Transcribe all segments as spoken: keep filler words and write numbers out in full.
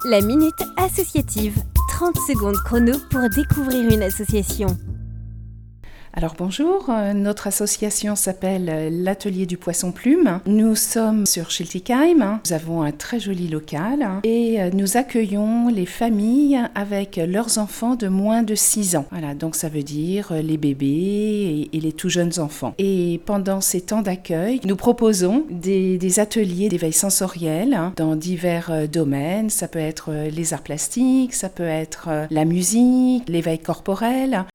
La Minute Associative. trente secondes chrono pour découvrir une association. Alors bonjour, notre association s'appelle l'Atelier du Poisson Plume. Nous sommes sur Schiltigheim, nous avons un très joli local et nous accueillons les familles avec leurs enfants de moins de six ans. Voilà, donc ça veut dire les bébés et les tout jeunes enfants. Et pendant ces temps d'accueil, nous proposons des, des ateliers d'éveil sensoriel dans divers domaines. Ça peut être les arts plastiques, ça peut être la musique, l'éveil corporel.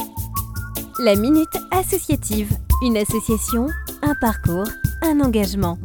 La Minute Associative. Une association, un parcours, un engagement.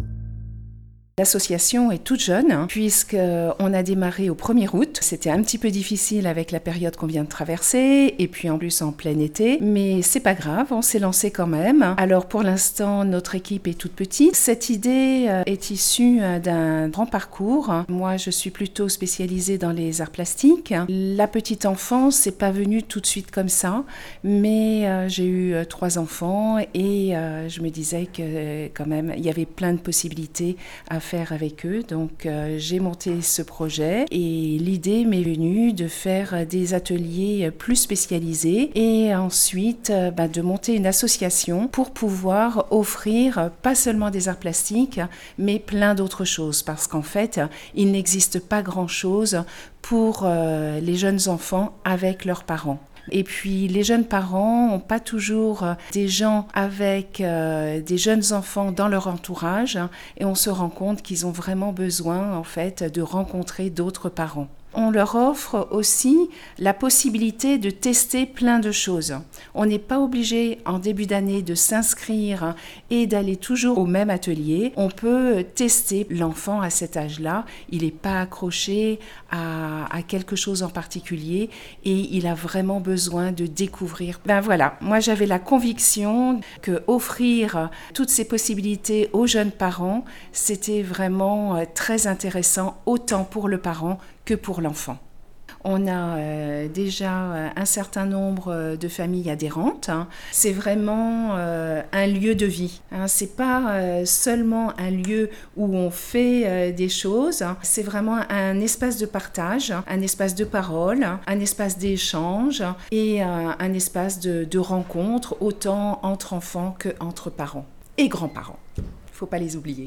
L'association est toute jeune puisqu'on a démarré au premier août. C'était un petit peu difficile avec la période qu'on vient de traverser et puis en plus en plein été. Mais c'est pas grave, on s'est lancé quand même. Alors pour l'instant, notre équipe est toute petite. Cette idée est issue d'un grand parcours. Moi, je suis plutôt spécialisée dans les arts plastiques. La petite enfance, c'est pas venu tout de suite comme ça. Mais euh, j'ai eu trois enfants et euh, je me disais que quand même, il y avait plein de possibilités à faire avec eux. Donc euh, j'ai monté ce projet et l'idée m'est venue de faire des ateliers plus spécialisés et ensuite euh, bah, de monter une association pour pouvoir offrir pas seulement des arts plastiques mais plein d'autres choses parce qu'en fait il n'existe pas grand-chose pour euh, les jeunes enfants avec leurs parents. Et puis les jeunes parents n'ont pas toujours des gens avec euh, des jeunes enfants dans leur entourage et on se rend compte qu'ils ont vraiment besoin en fait de rencontrer d'autres parents. On leur offre aussi la possibilité de tester plein de choses. On n'est pas obligé en début d'année de s'inscrire et d'aller toujours au même atelier. On peut tester l'enfant à cet âge-là. Il n'est pas accroché à, à quelque chose en particulier et il a vraiment besoin de découvrir. Ben voilà, moi j'avais la conviction que offrir toutes ces possibilités aux jeunes parents, c'était vraiment très intéressant, autant pour le parent que pour l'enfant. On a euh, déjà un certain nombre de familles adhérentes. C'est vraiment euh, un lieu de vie. Hein. C'est pas euh, seulement un lieu où on fait euh, des choses. C'est vraiment un espace de partage, un espace de parole, un espace d'échange et euh, un espace de, de rencontre, autant entre enfants qu'entre parents et grands-parents. Il ne faut pas les oublier.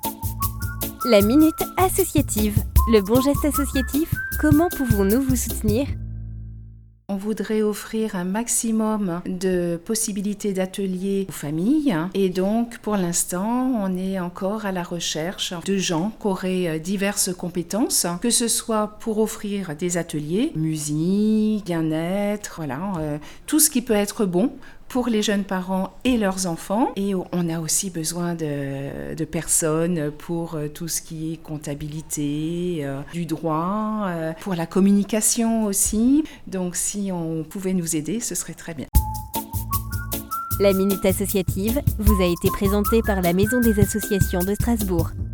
La Minute Associative. Le bon geste associatif, comment pouvons-nous vous soutenir ? On voudrait offrir un maximum de possibilités d'ateliers aux familles et donc pour l'instant on est encore à la recherche de gens qui auraient diverses compétences, que ce soit pour offrir des ateliers, musique, bien-être, voilà, euh, tout ce qui peut être bon pour les jeunes parents et leurs enfants. Et on a aussi besoin de, de personnes pour tout ce qui est comptabilité, euh, du droit, euh, pour la communication aussi. Donc si on pouvait nous aider, ce serait très bien. La Minute Associative vous a été présentée par la Maison des associations de Strasbourg.